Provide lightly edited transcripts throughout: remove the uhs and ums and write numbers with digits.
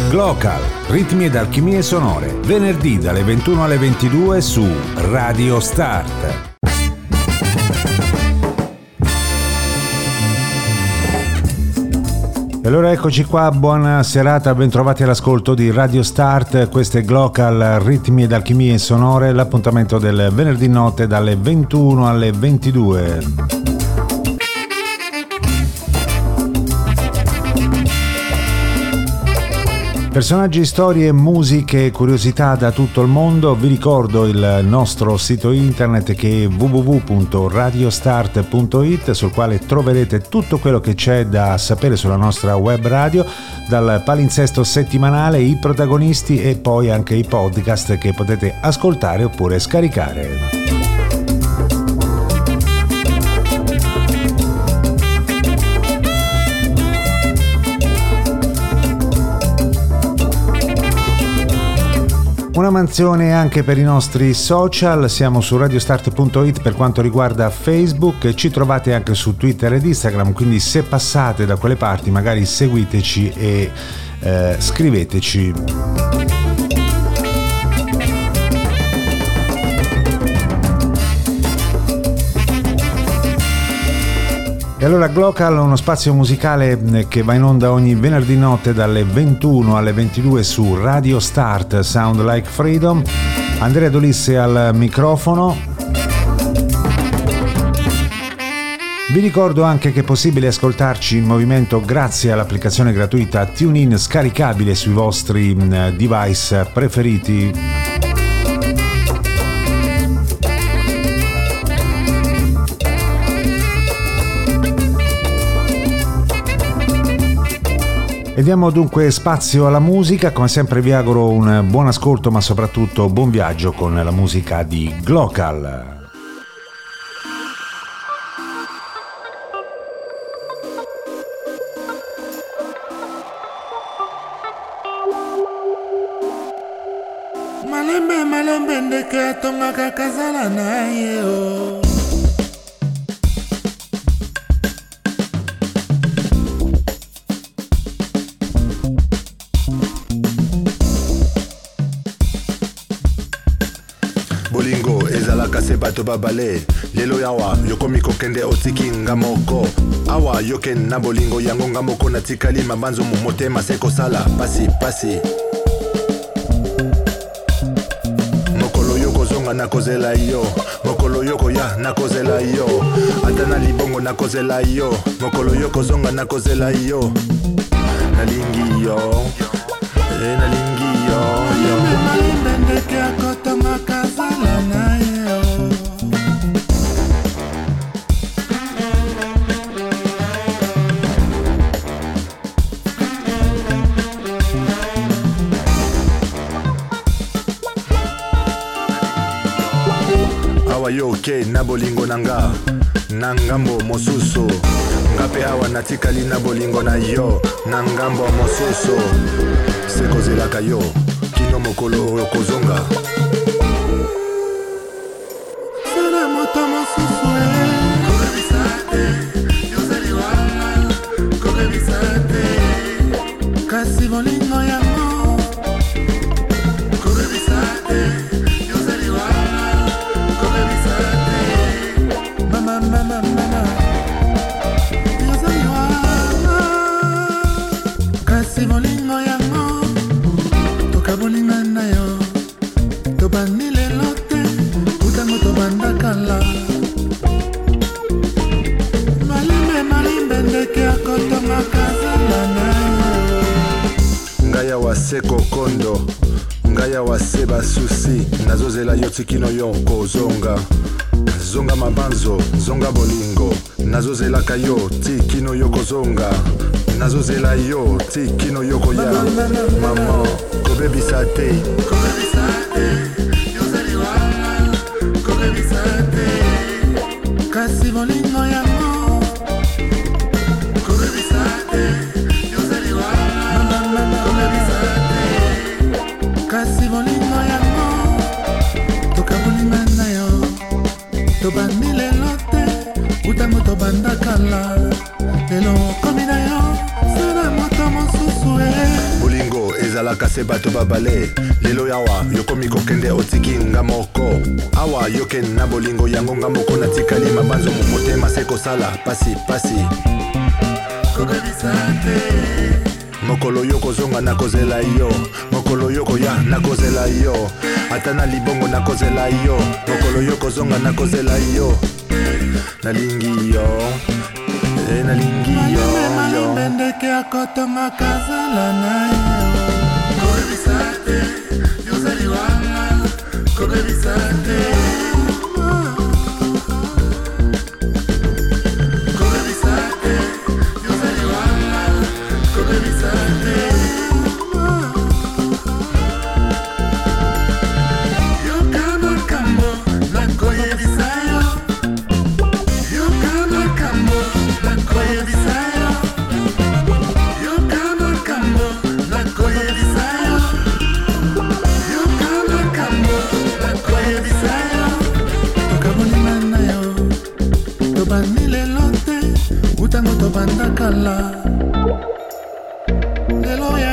Glocal, ritmi ed alchimie sonore, venerdì dalle 21 alle 22 su Radio Start. E allora eccoci qua, buona serata, bentrovati all'ascolto di Radio Start, questo è Glocal, ritmi ed alchimie sonore, l'appuntamento del venerdì notte dalle 21 alle 22. Personaggi, storie, musiche, curiosità da tutto il mondo. Vi ricordo il nostro sito internet che è www.radiostart.it, sul quale troverete tutto quello che c'è da sapere sulla nostra web radio, dal palinsesto settimanale, i protagonisti e poi anche i podcast che potete ascoltare oppure scaricare. Una menzione anche per i nostri social, siamo su radiostart.it per quanto riguarda Facebook, ci trovate anche su Twitter ed Instagram, quindi se passate da quelle parti magari seguiteci e scriveteci. E allora Glocal, uno spazio musicale che va in onda ogni venerdì notte dalle 21 alle 22 su Radio Start, Sound Like Freedom. Andrea Dolisse al microfono. Vi ricordo anche che è possibile ascoltarci in movimento grazie all'applicazione gratuita TuneIn, scaricabile sui vostri device preferiti. E diamo dunque spazio alla musica, come sempre vi auguro un buon ascolto ma soprattutto buon viaggio con la musica di Glocal. Malembe ndeke tonga kakazala naye o. Bolingo ezalaka se bato babale lelo yawa yokomi kokende otiki nga moko awa yoken na bolingo yango nga moko natikali mabanzo mu motema se kosala pasi mokolo yoko zonga nakozela yo mokolo yoko ya nakozela yo ata na libongo nakozela yo mokolo yoko zonga nakozela yo nalingi yo nalingi yo ndeke akotonga kazala naye o. awa yo ke na bolingo nanga na ngambo mosusu ngape awa natikali na bolingo na yo na ngambo mosusu sekozelaka yo kino mokolo oyo kozonga Sera moto mosusu korebisate yozali wana korebisate kasi bolingo yango korebisate yozali wana korebisate mama yozali wana kasi bolingo yango tokabolinga na yo tobandi lelo te utango tobanda kala malimbe ndeke akotonga kazala nayo ngaya wase kokondo ngaya wase basusi nazozela yo tikino yo kozonga zonga mabanzo zonga bolingo nazozelaka yo tikino yo kozonga nazozela yo tikino yo koya mama kobebisa te yozali wana korebisate kasi bolingo yango korebisate yozali wana korebisate kasi bolingo yango tokabolinga na yo tobandi lelo te utango tobanda kala lelo komi na yo sala moto mosusu ezalaka se bato babale lelo yawa yokomi kokende otiki nga moko awa yoke na bolingo yango nga moko natikali mabanzo mu motema se kosala pasi kokebisa te mokolo yo kozonga nakozela yo mokolo yo koya nakozela yo ata na libongo nakozela yo mokolo yo kozonga nakozela yo nalingi yo nalingi yo Malimbendeke akotonga kazala na yo kokebisa te yozali wanga kokebisa te lelo ya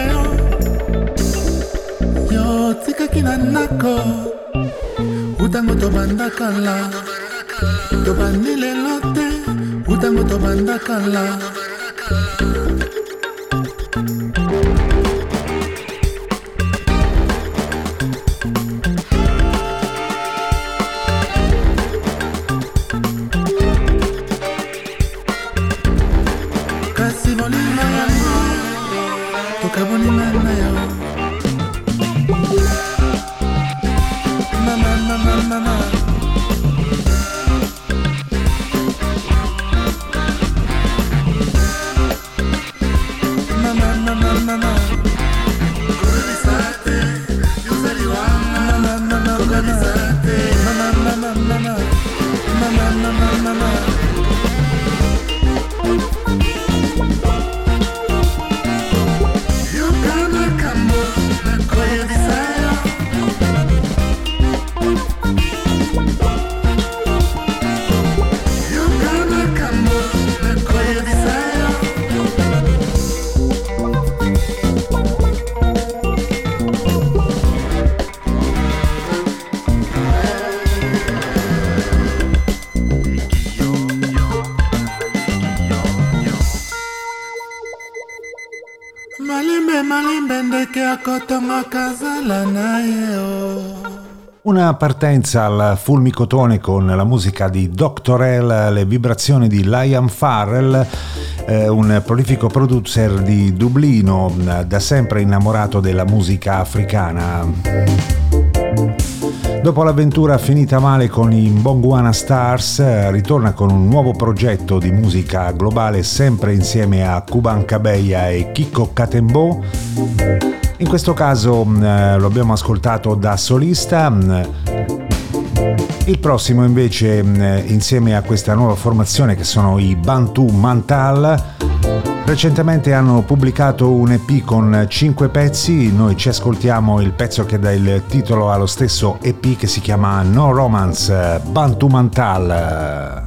yo tikaki na ndako utango tobanda kala tobandi lelo te utango tobanda kala Una partenza al fulmicotone con la musica di Dr. L, le vibrazioni di Liam Farrell, un prolifico producer di Dublino, da sempre innamorato della musica africana. Dopo l'avventura finita male con i Mbongwana Stars, ritorna con un nuovo progetto di musica globale sempre insieme a Kuban Kabeya e Kiko Katembo. In questo caso lo abbiamo ascoltato da solista, il prossimo invece insieme a questa nuova formazione che sono i Bantu Mantal. Recentemente hanno pubblicato un EP con 5 pezzi, noi ci ascoltiamo il pezzo che dà il titolo allo stesso EP che si chiama No Romance, Bantu Mantal.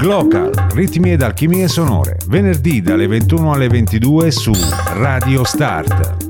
Local, ritmi ed alchimie sonore, venerdì dalle 21 alle 22 su Radio Start.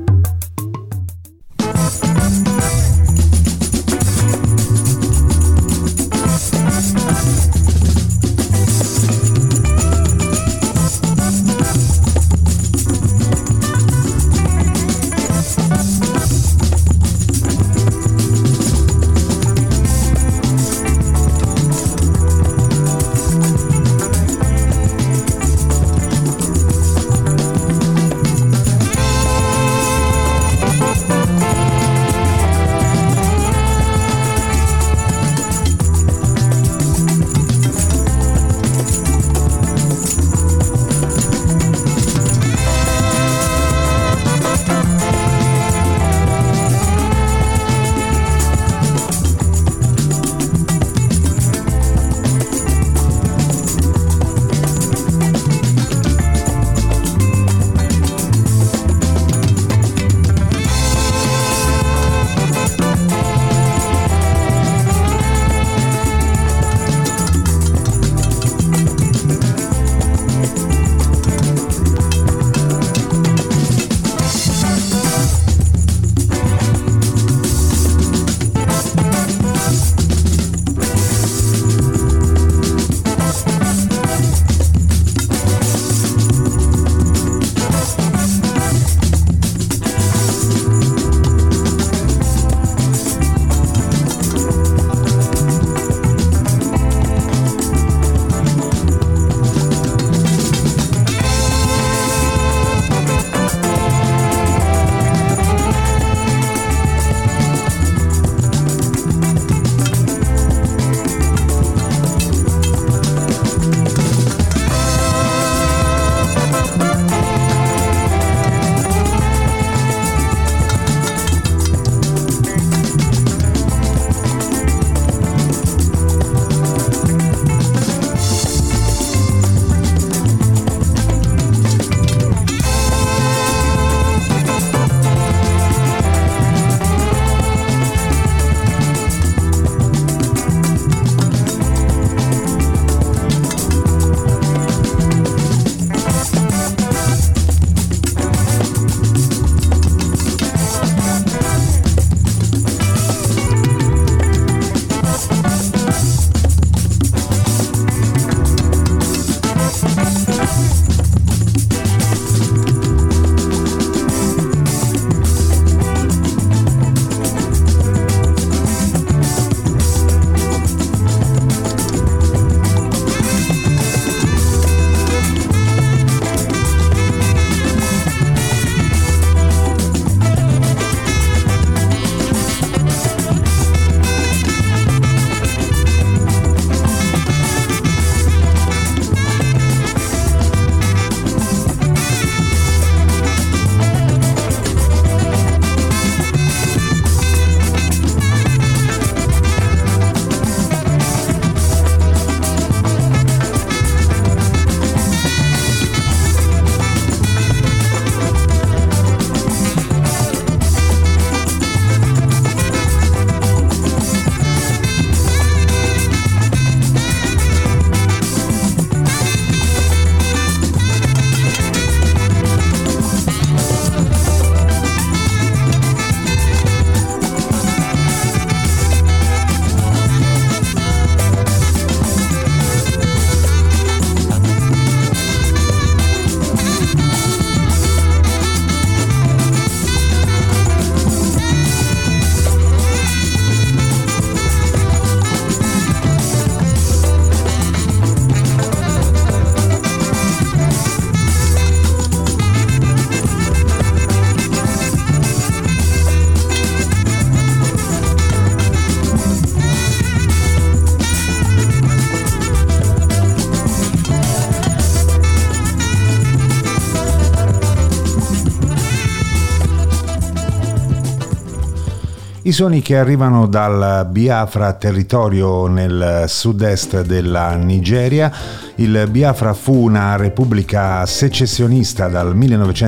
I suoni che arrivano dal Biafra, territorio nel sud-est della Nigeria. Il Biafra fu una repubblica secessionista dal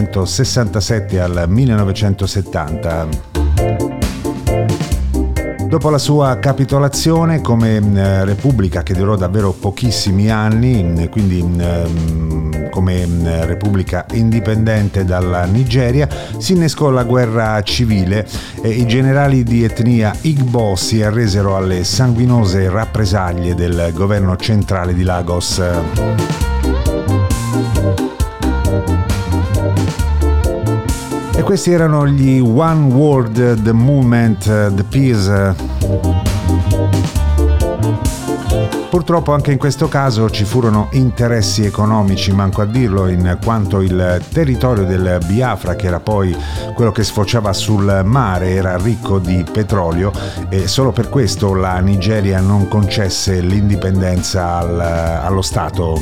1967 al 1970. Dopo la sua capitolazione come repubblica, che durò davvero pochissimi anni, quindi come repubblica indipendente dalla Nigeria, si innescò la guerra civile e i generali di etnia Igbo si arresero alle sanguinose rappresaglie del governo centrale di Lagos. E questi erano gli One World, The Movement, The Peace. Purtroppo anche in questo caso ci furono interessi economici, manco a dirlo, in quanto il territorio del Biafra, che era poi quello che sfociava sul mare, era ricco di petrolio e solo per questo la Nigeria non concesse l'indipendenza allo Stato.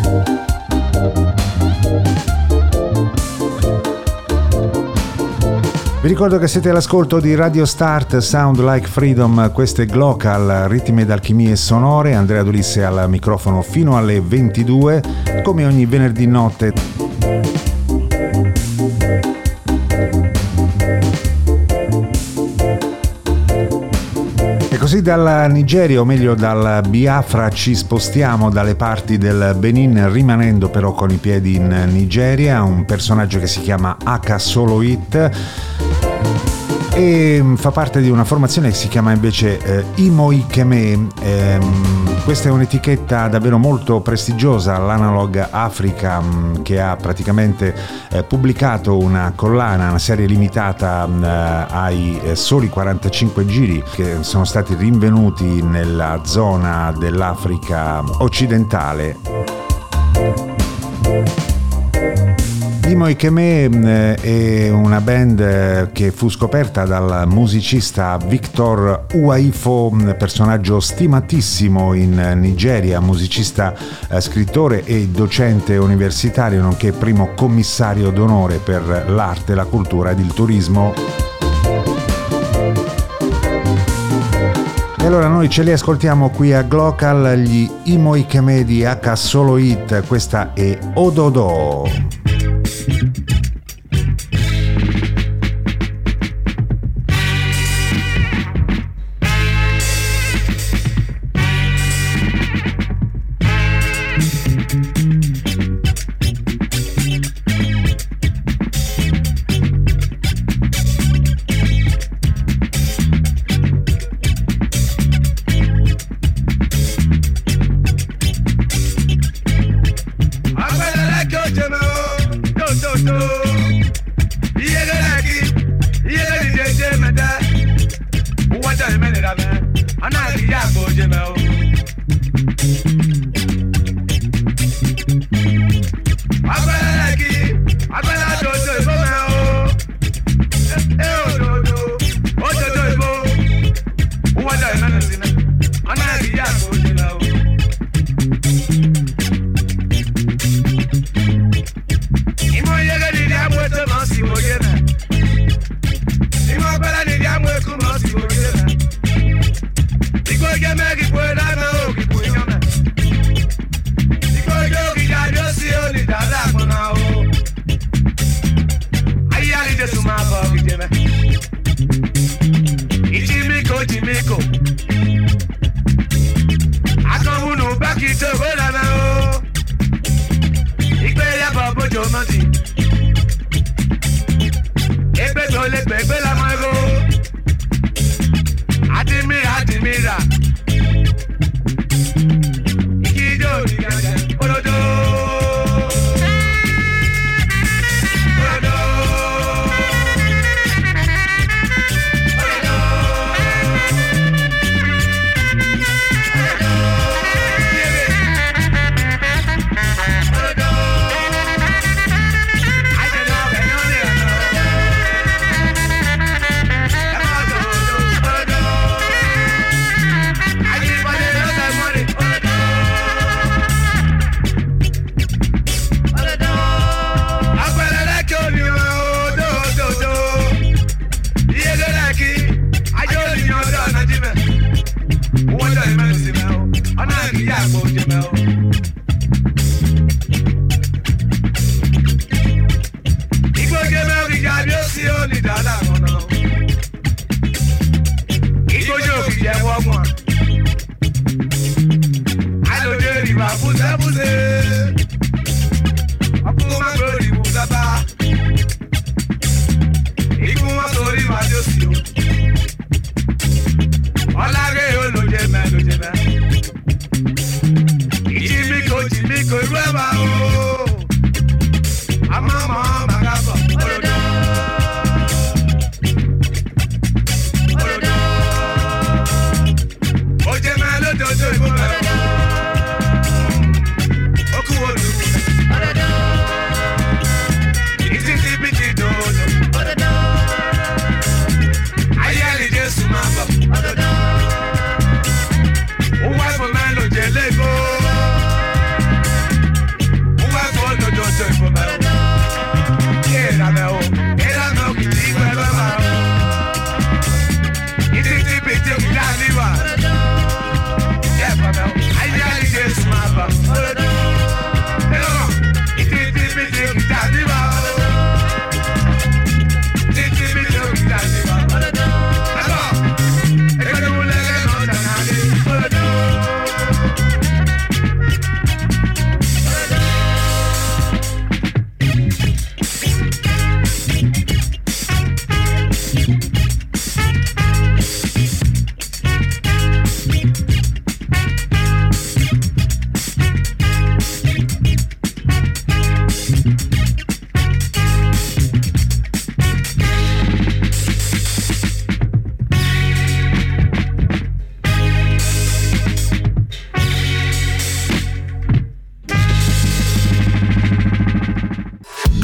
Vi ricordo che siete all'ascolto di Radio Start, Sound Like Freedom, questo è Glocal, ritmi ed alchimie sonore, Andrea Dolisse al microfono fino alle 22, come ogni venerdì notte. E così dalla Nigeria, o meglio dal Biafra, ci spostiamo dalle parti del Benin, rimanendo però con i piedi in Nigeria, un personaggio che si chiama Aka Solo It e fa parte di una formazione che si chiama invece Imo Ikeme. Questa è un'etichetta davvero molto prestigiosa, l'Analog Africa, che ha praticamente pubblicato una collana, una serie limitata ai soli 45 giri che sono stati rinvenuti nella zona dell'Africa occidentale. Imo Ikeme è una band che fu scoperta dal musicista Victor Uwaifo, personaggio stimatissimo in Nigeria, musicista, scrittore e docente universitario, nonché primo commissario d'onore per l'arte, la cultura ed il turismo. E allora noi ce li ascoltiamo qui a Glocal, gli Imo Ikeme di Aka Solo It, questa è Ododo.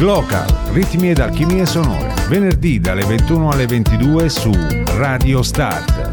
Glocal, ritmi ed alchimie sonore, venerdì dalle 21 alle 22 su Radio Start.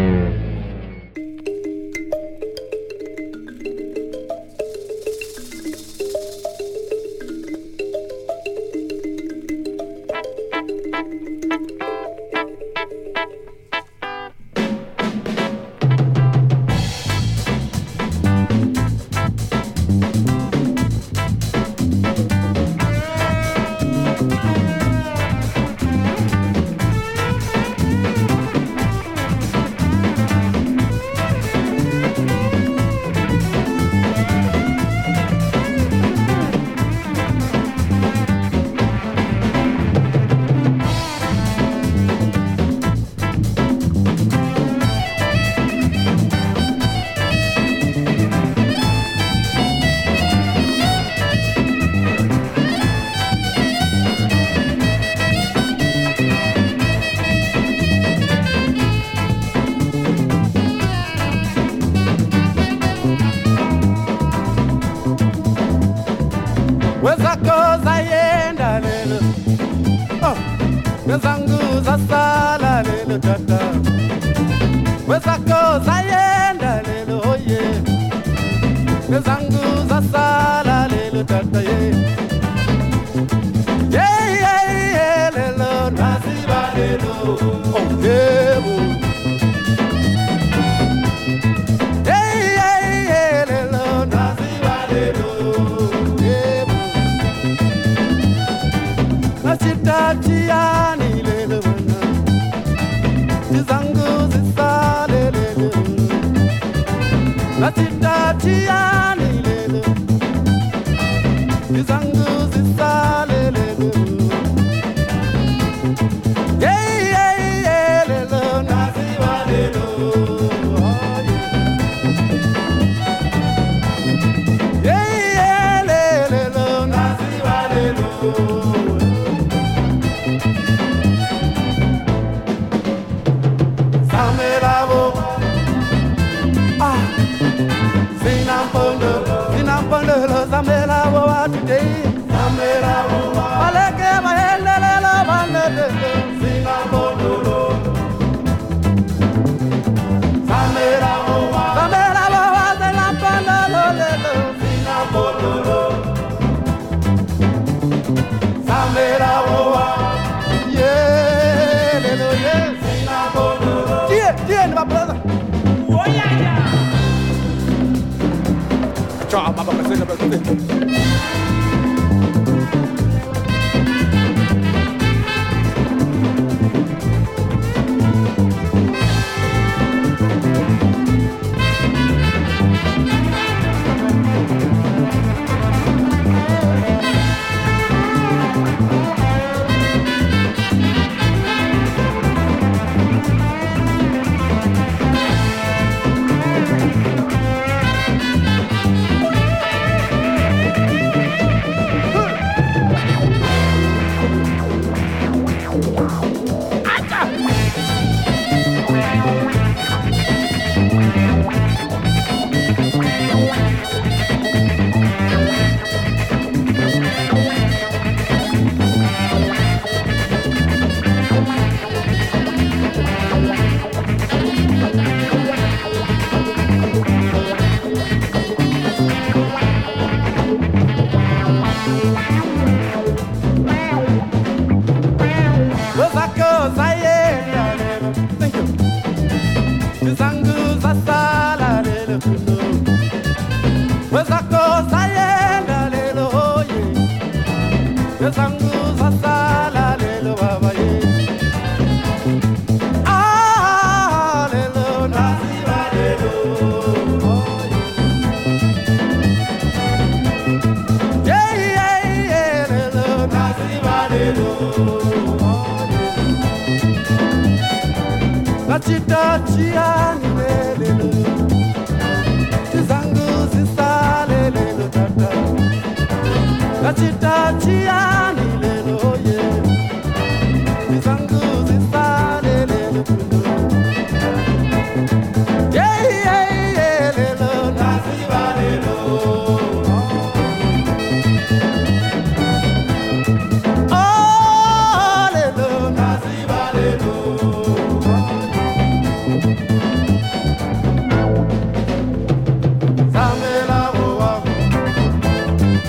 Ciao, mamma,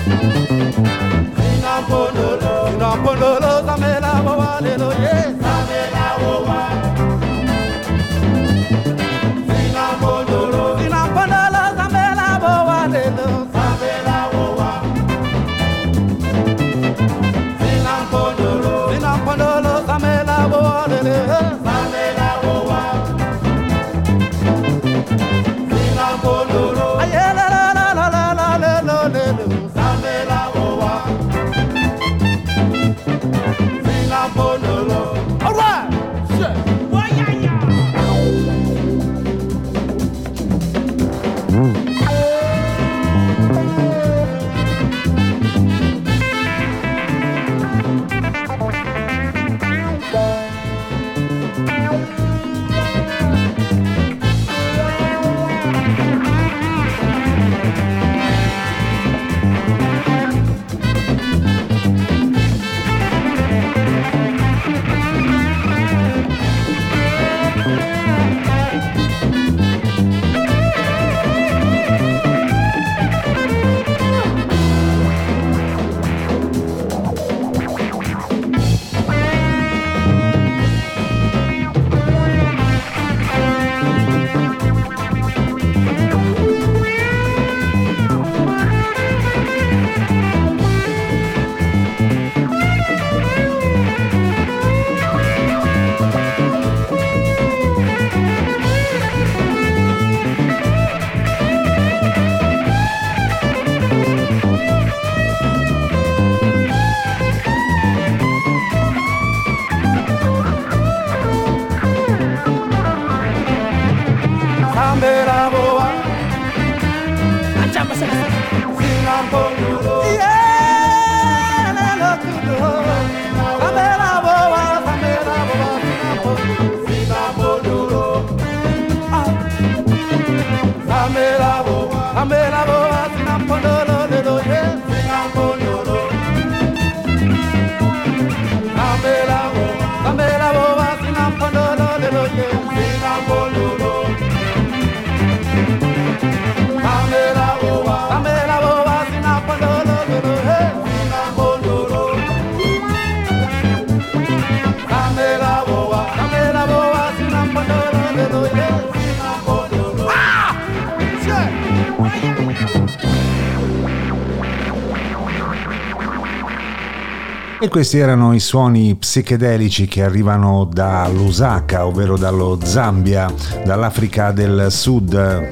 E questi erano i suoni psichedelici che arrivano da Lusaka, ovvero dallo Zambia, dall'Africa del Sud.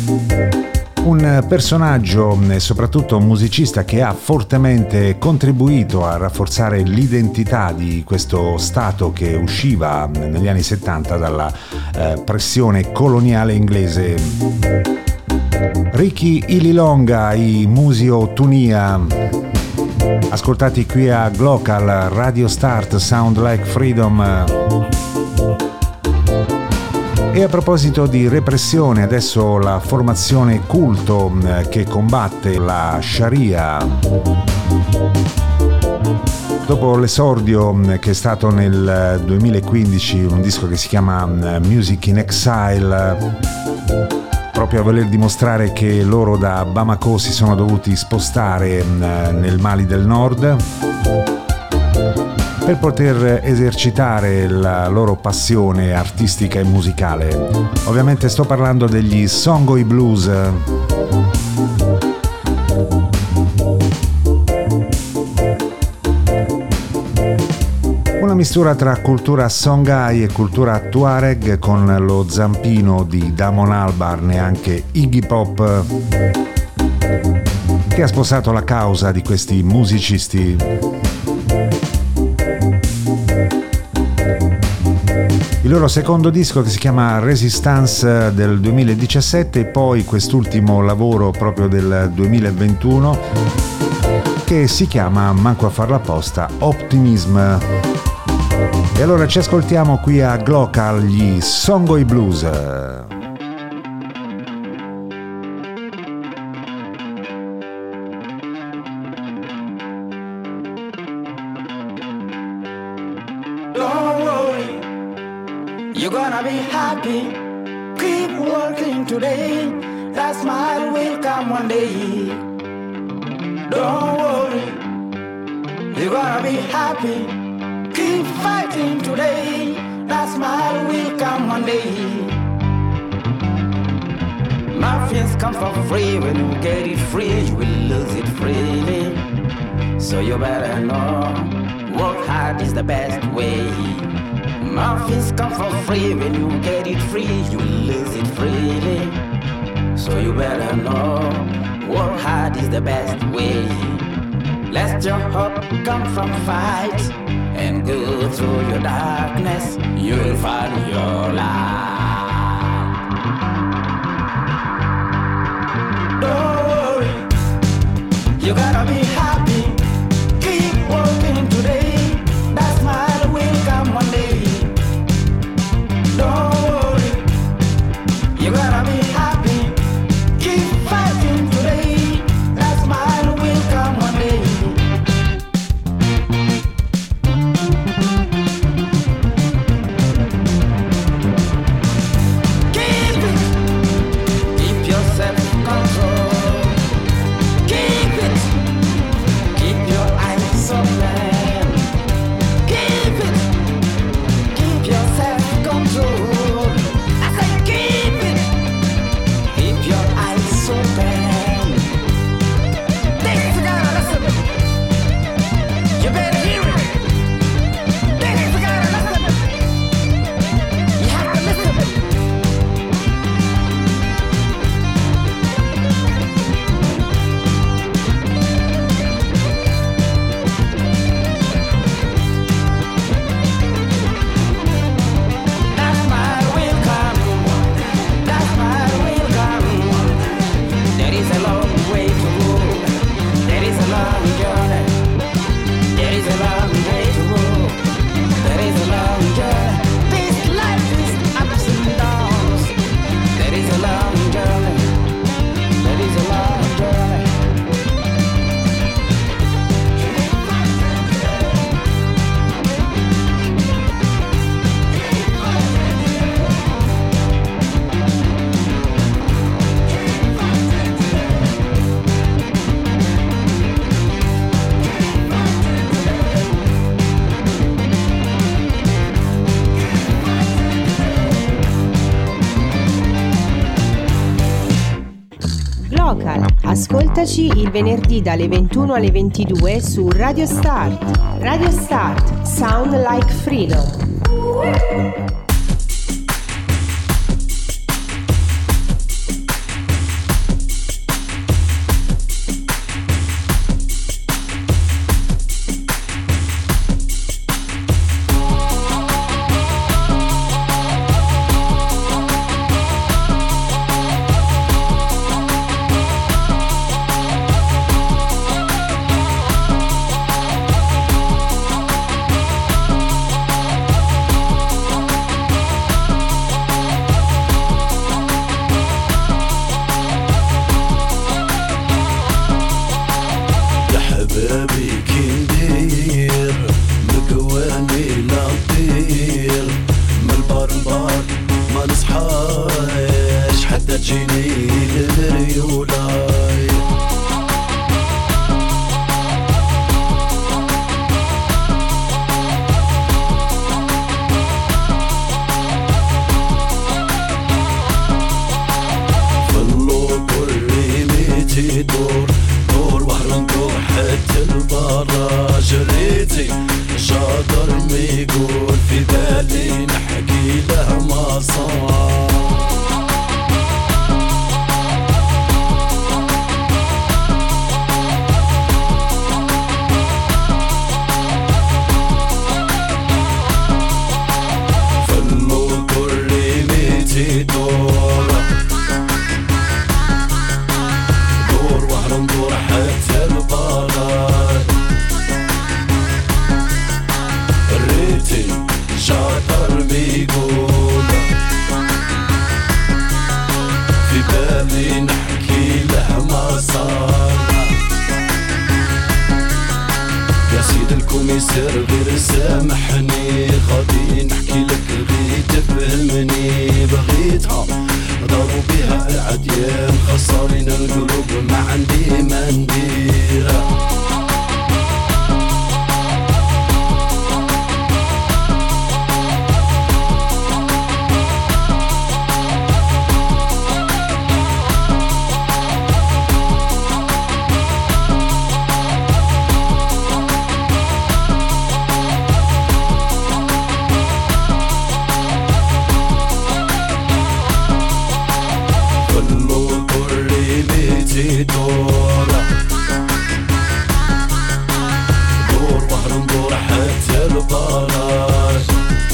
Un personaggio e soprattutto un musicista che ha fortemente contribuito a rafforzare l'identità di questo stato che usciva negli anni 70 dalla pressione coloniale inglese. Ricky Ililonga, i Musio Tunia, ascoltati qui a Glocal, Radio Start, Sound Like Freedom. E a proposito di repressione, adesso la formazione Culto che combatte la Sharia. Dopo l'esordio che è stato nel 2015, un disco che si chiama Music in Exile, proprio a voler dimostrare che loro da Bamako si sono dovuti spostare nel Mali del Nord per poter esercitare la loro passione artistica e musicale. Ovviamente sto parlando degli Songoi Blues. Una mistura tra cultura Songhai e cultura Tuareg, con lo zampino di Damon Albarn e anche Iggy Pop, che ha sposato la causa di questi musicisti. Il loro secondo disco, che si chiama Resistance, del 2017, e poi quest'ultimo lavoro proprio del 2021 che si chiama, manco a farla apposta, Optimism. E allora ci ascoltiamo qui a Glocal gli Songoi Blues. You're gonna be happy. Keep working today. That smile will come one day. Don't worry, you're gonna be happy. Keep fighting today, that smile will come one day. Muffins come for free, when you get it free, you will lose it freely. So you better know, work hard is the best way. Muffins come for free, when you get it free, you will lose it freely. So you better know, work hard is the best way. Let your hope come from fight, and go through your darkness, you'll find your light. Don't worry, you gotta be happy. Keep working today, that smile will come one day. Don't worry, you gotta be happy. Keep fighting today, that smile will come one day. Keep yourself control. Keep it. Keep your eyes open. Keep it. Keep yourself control. I say keep it. Keep your eyes open. This you gotta listen. You better hear it. This you gotta listen. You have to listen. That smile will come. That smile will come. There is a long way to go. There is a long journey. There is a long way to go. There is a long journey. This life is ups and downs. There is a long journey. There is a long journey. Local, ascoltaci il venerdì dalle 21 alle 22 su Radio Start. Radio Start, sound like freedom. مني سر غير سامحني غادي نحكي لك غير تفهمني بغيتها ضربوا بها العديان خسرين القلوب ما عندي ما نديرها دور وهر ندور حتى البراج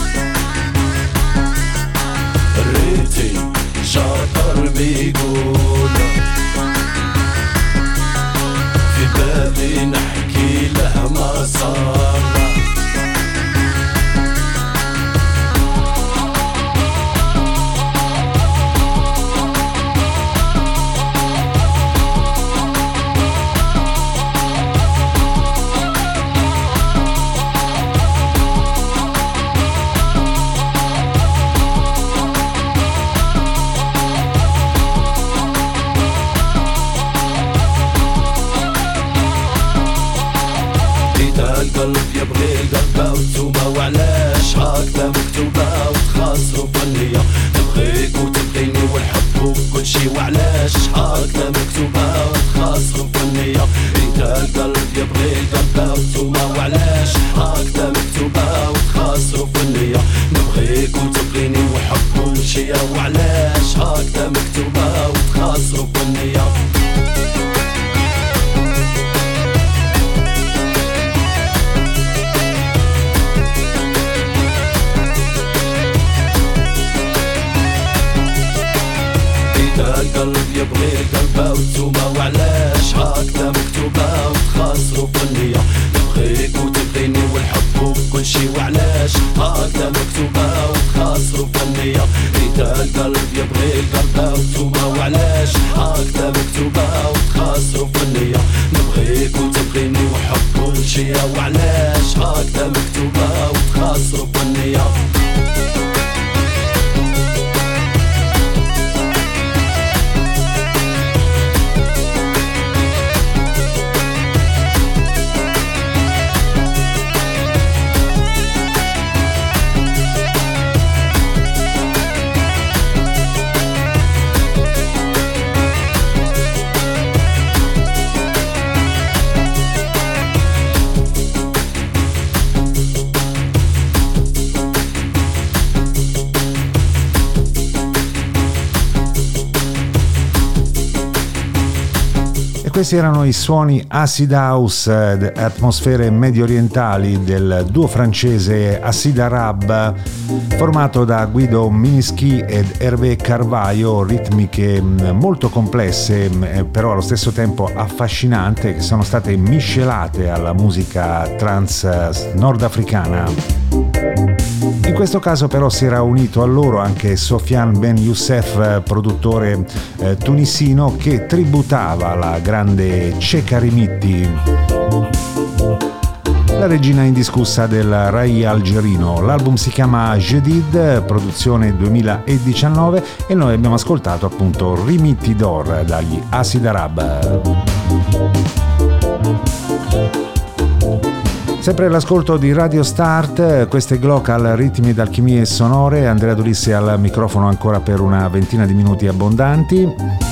ريتي شاطر بيقول في بالي نحكي له ما صار القلب يبغي قلبه وتوبه وعلاش هكذا مكتوبه وتخاصروا فنيه تبغيك وتبغيني والحب وكل شي وعلاش هكذا مكتوبه وتخاصروا فنيه انت القلب يبغي قلبه وتوبه وعلاش هكذا مكتوبه وتخاصروا فنيه نبغيك وتبغيني والحب وكل شي وعلاش هكذا مكتوبه وتخاصروا فنيه القلب يبغي قلبه وتوبه وعلاش هكذا مكتوبه وتخاصروا فنيه نبغيك وتبغيني والحب وكل شي وعلاش هكذا مكتوبه وتخاصروا فنيه انت القلب يبغي قلبه وتوبه وعلاش هكذا مكتوبه وتخاصروا فنيه نبغيك وتبغيني وحب كل شي وعلاش هكذا مكتوبه وتخاصروا فنيه Questi erano i suoni acid house, atmosfere medio orientali del duo francese Acid Arab, formato da Guido Minischi ed Hervé Carvalho, ritmiche molto complesse però allo stesso tempo affascinante, che sono state miscelate alla musica trance nordafricana. In questo caso però si era unito a loro anche Sofiane Ben Youssef, produttore tunisino, che tributava la grande Cheka Rimitti, la regina indiscussa del Rai algerino. L'album si chiama Jedid, produzione 2019, e noi abbiamo ascoltato appunto Rimitti d'Or dagli Acid Arab. Sempre all'ascolto di Radio Start, queste Glocal, ritmi ed alchimie sonore. Andrea Dolisse al microfono ancora per una ventina di minuti abbondanti.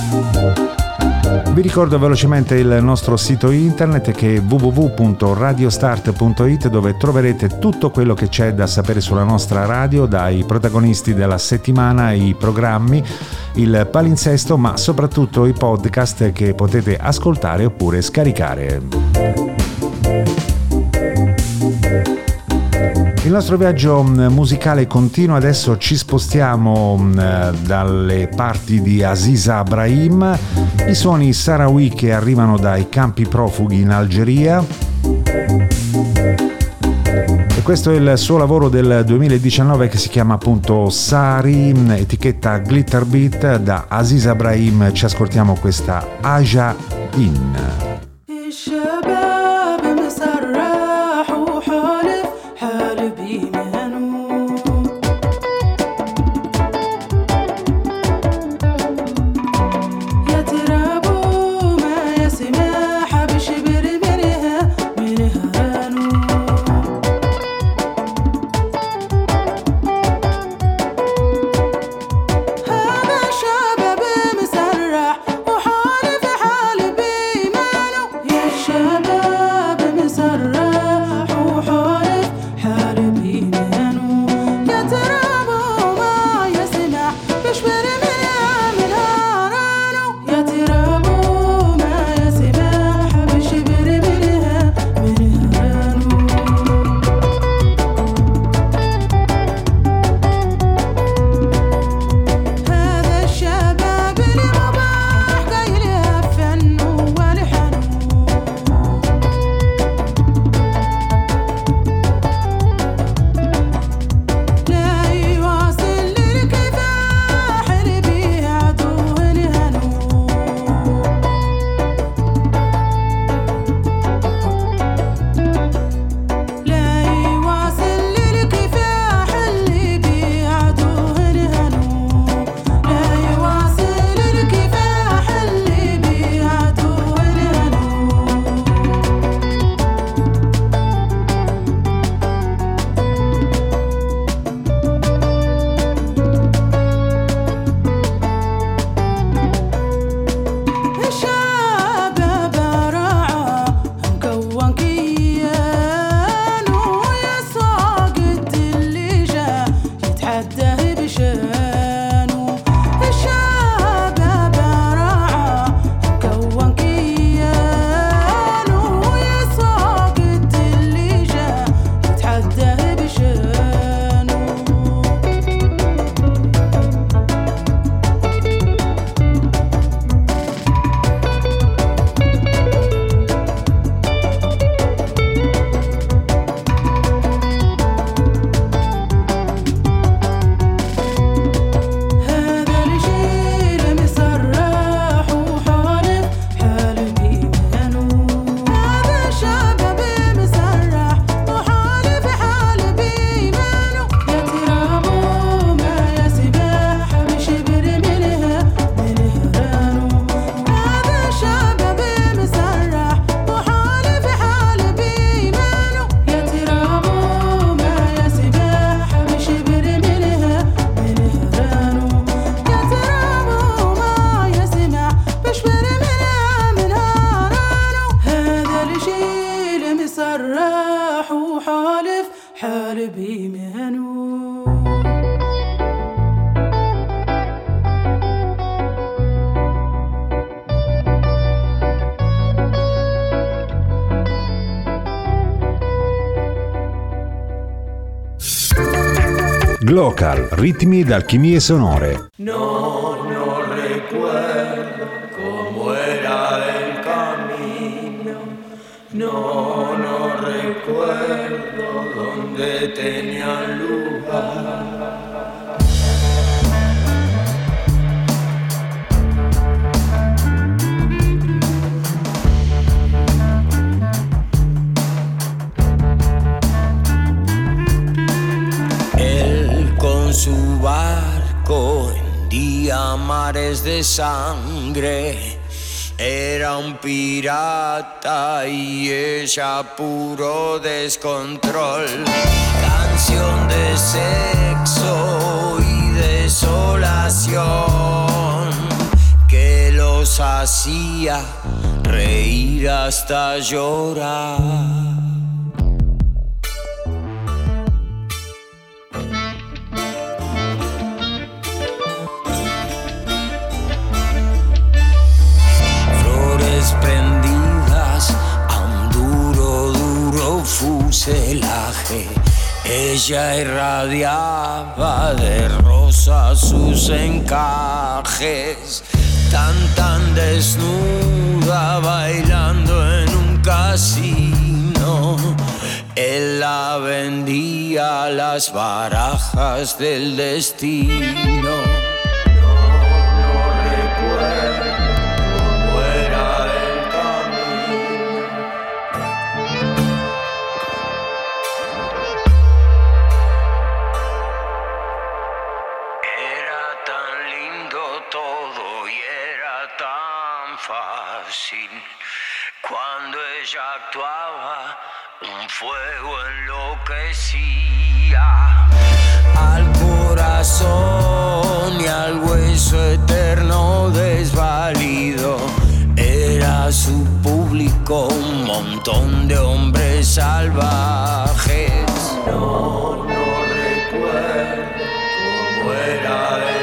Vi ricordo velocemente il nostro sito internet, che è www.radiostart.it, dove troverete tutto quello che c'è da sapere sulla nostra radio, dai protagonisti della settimana, i programmi, il palinsesto, ma soprattutto i podcast che potete ascoltare oppure scaricare. Il nostro viaggio musicale continua, adesso ci spostiamo dalle parti di Aziza Brahim, i suoni saharawi che arrivano dai campi profughi in Algeria. E questo è il suo lavoro del 2019 che si chiama appunto Sahari, etichetta Glitter Beat. Da Aziza Brahim ci ascoltiamo questa Aja Din. حالي بيمانو Glocal, ritmi ed alchimie sonore. No recuerdo cómo era el camino. No recuerdo dónde tenía lugar. Su barco hendía mares de sangre, era un pirata y ella puro descontrol. Canción de sexo y desolación que los hacía reír hasta llorar. Prendidas a un duro fuselaje, ella irradiaba de rosa sus encajes, tan desnuda bailando en un casino. Él la vendía a las barajas del destino. Cuando ella actuaba, un fuego enloquecía al corazón y al hueso eterno desvalido. Era su público un montón de hombres salvajes. No recuerdo cómo era el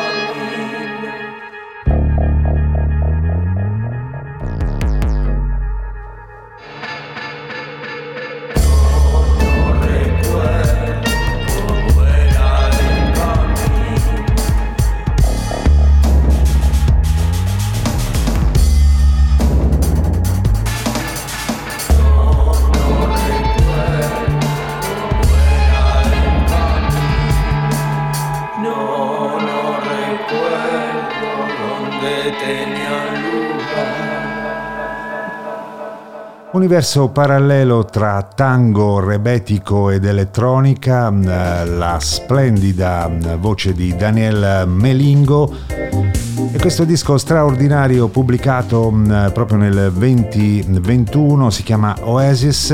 Universo parallelo tra tango, rebetico ed elettronica, la splendida voce di Daniel Melingo e questo disco straordinario pubblicato proprio nel 2021 si chiama Oasis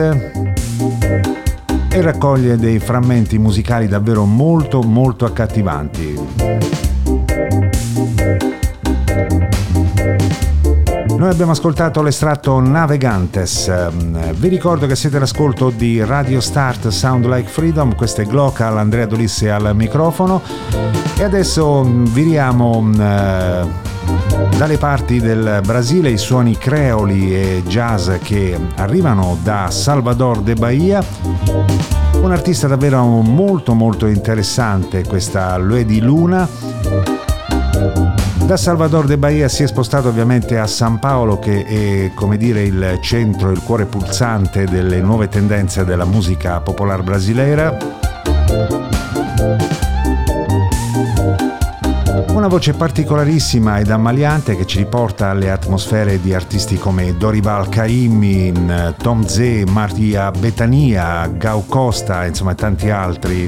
e raccoglie dei frammenti musicali davvero molto accattivanti. Noi abbiamo ascoltato l'estratto Navegantes. Vi ricordo che siete all'ascolto di Radio Start Sound Like Freedom, questo è Glocal, Andrea Dolisse al microfono e adesso viriamo dalle parti del Brasile i suoni creoli e jazz che arrivano da Salvador de Bahia, un artista davvero molto interessante, questa Luedi Luna. Da Salvador de Bahia si è spostato ovviamente a San Paolo, che è, come dire, il centro, il cuore pulsante delle nuove tendenze della musica popolare brasileira. Una voce particolarissima ed ammaliante che ci riporta alle atmosfere di artisti come Dorival Caymmi, Tom Zé, Maria Bethania, Gal Costa, insomma tanti altri.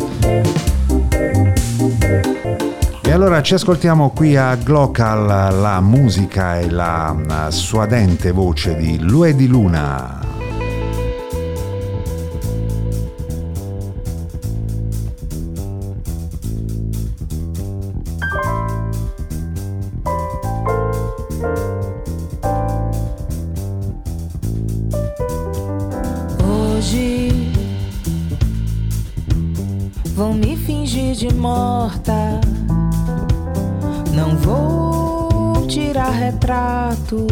E allora ci ascoltiamo qui a Glocal la musica e la suadente voce di Luedi Luna. vou me fingir de morta. Não vou tirar retrato,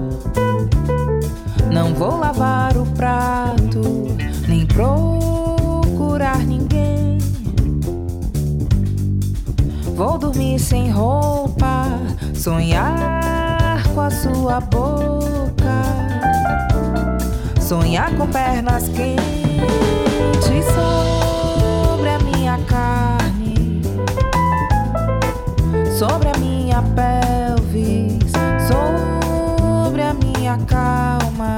não vou lavar o prato, nem procurar ninguém. Vou dormir sem roupa, sonhar com a sua boca, sonhar com pernas quentes sobre a minha carne, sobre a minha pelvis, sobre a minha calma,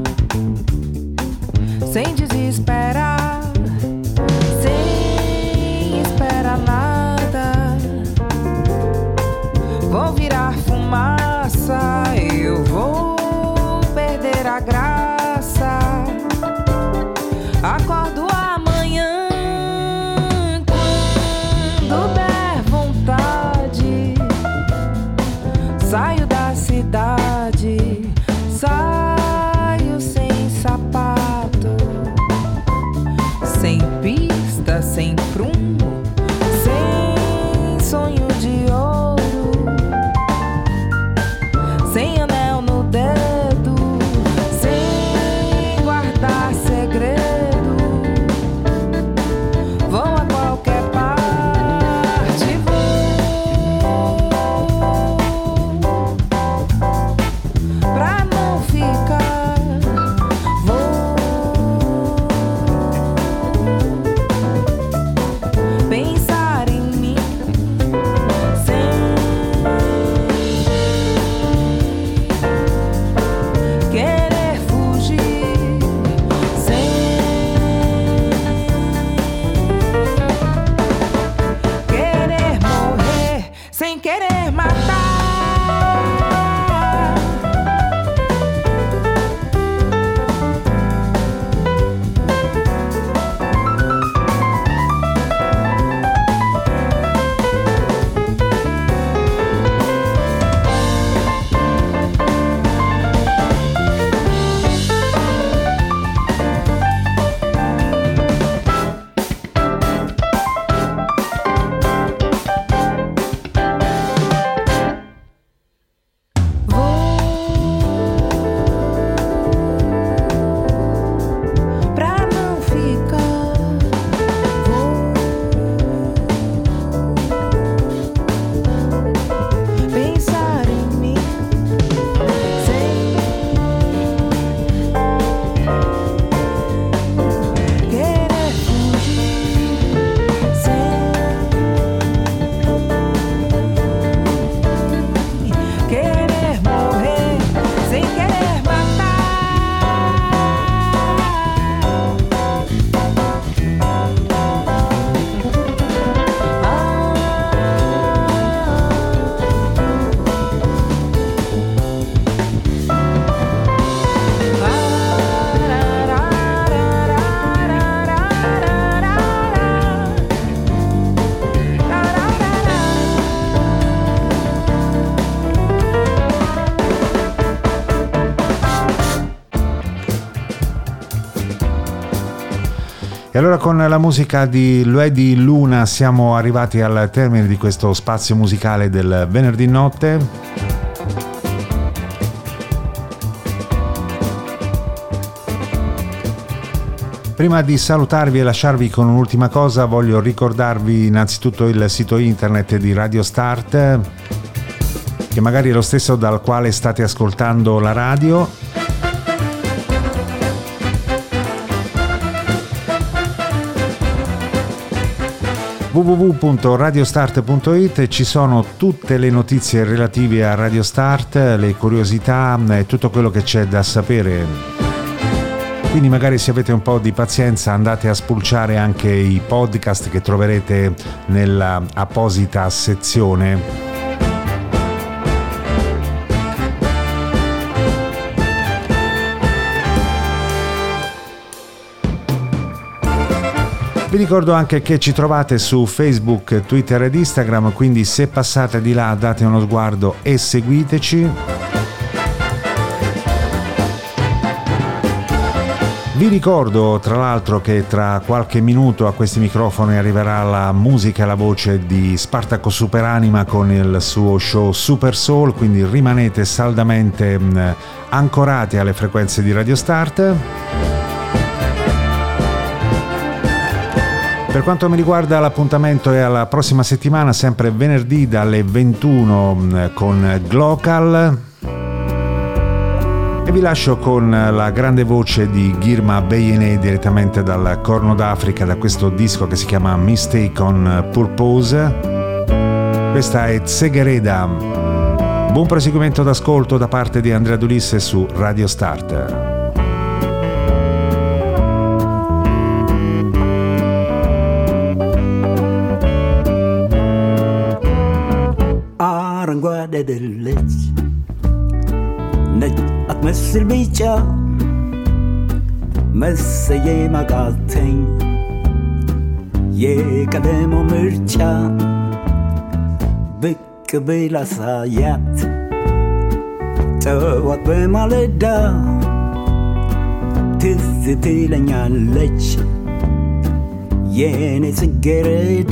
sem desesperar, sem esperar nada. Vou virar fumaça, eu vou perder a graça. Acordo amanhã quando der vontade, saio da cidade, saio sem sapato, sem pista, sem prumo, sem sonho de ouro, sem anel no dedo, sem guardar segredo. Vou a qualquer parte, vou pra não ficar, vou pensar em mim sem querer fugir, sem querer morrer, sem querer matar. Pra não ficar, vou pensar em mim sem querer fugir, sem querer morrer, sem querer matar. E allora con la musica di Luedi Luna siamo arrivati al termine di questo spazio musicale del venerdì notte. Prima di salutarvi e lasciarvi con un'ultima cosa, voglio ricordarvi innanzitutto il sito internet di Radio Start, che magari è lo stesso dal quale state ascoltando la radio. www.radiostart.it, ci sono tutte le notizie relative a Radio Start, le curiosità e tutto quello che c'è da sapere. Quindi magari se avete un po' di pazienza andate a spulciare anche i podcast che troverete nella apposita sezione. Vi ricordo anche che ci trovate su Facebook, Twitter ed Instagram, quindi se passate di là date uno sguardo e seguiteci. Vi ricordo tra l'altro che tra qualche minuto a questi microfoni arriverà la musica e la voce di Spartaco Superanima con il suo show Super Soul, quindi rimanete saldamente ancorati alle frequenze di Radio Start. Per quanto mi riguarda l'appuntamento è alla prossima settimana, sempre venerdì dalle 21 con Glocal. E vi lascio con la grande voce di Girma Beyené direttamente dal Corno d'Africa, da questo disco che si chiama Mistake on Purpose. Questa è Tsegereda. Buon proseguimento d'ascolto da parte di Andrea D'Ulisse su Radio Start. Aranguade del Lech አትመስል ቢጫ መሰየም አቃተኝ የቀለሙ ምርጫ ብቅ ብል አሳያት ጠዋት በማለዳ ትዝ ትለኛለች የኔ ጽጌረዳ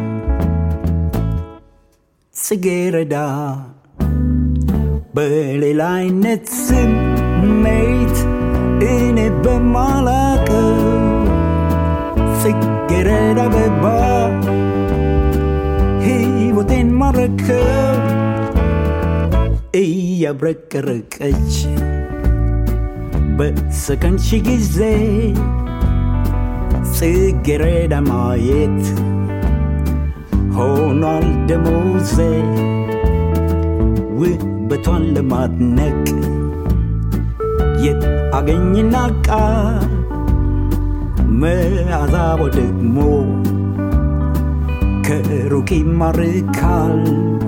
ጽጌረዳ በሌላ አይነት ስሜት እኔ በማላቀው ጽጌረዳ አበባ ሕይወቴን ማረከው እያብረቀረቀች በሰከንድ ሺህ ጊዜ ጽጌረዳ ማየት ሆኗል ደሞዜ ውበቷን ለማድነቅ የት አገኝና ቃል መዓዛው ደግሞ ከሩቅ ይማርካል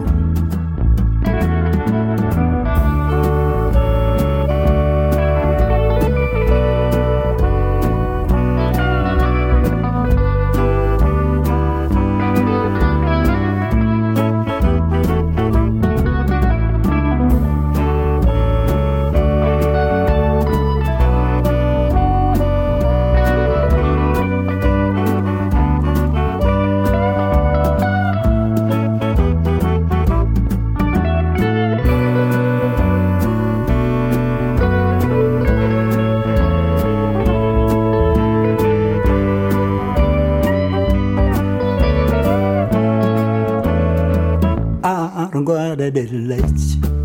አረንጓዴ አይደለች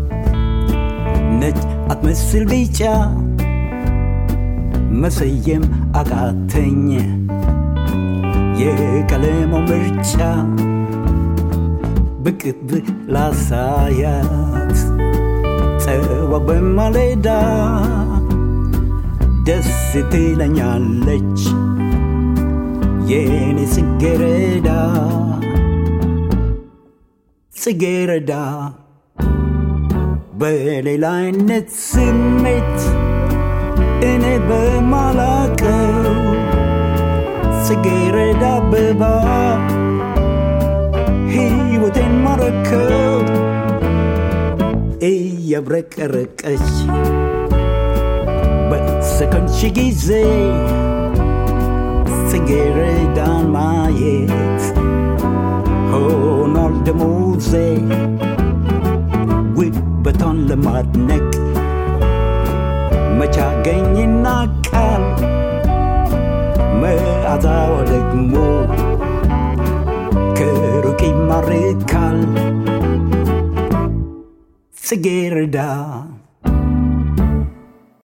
ነጭ አትመስል ቢጫ መሰየም አቃተኝ የቀለሙ ምርጫ ብቅ ብላ ሳያት ጠዋት በማለዳ ደስ ትለኛለች የኔ ጽጌረዳ ጽጌረዳ በሌላ አይነት ስሜት እኔ በማላቀው ጽጌረዳ አበባ ሕይወቴን ማረከው እያብረቀረቀች በሰከንድ ሺህ ጊዜ ጽጌረዳን ማየት ሆኗል ደሞዜ ውበቷን ለማድነቅ መች አገኝና ቃል መዓዛዋ ደግሞ ከሩቅ ይማርካል ጽጌረዳ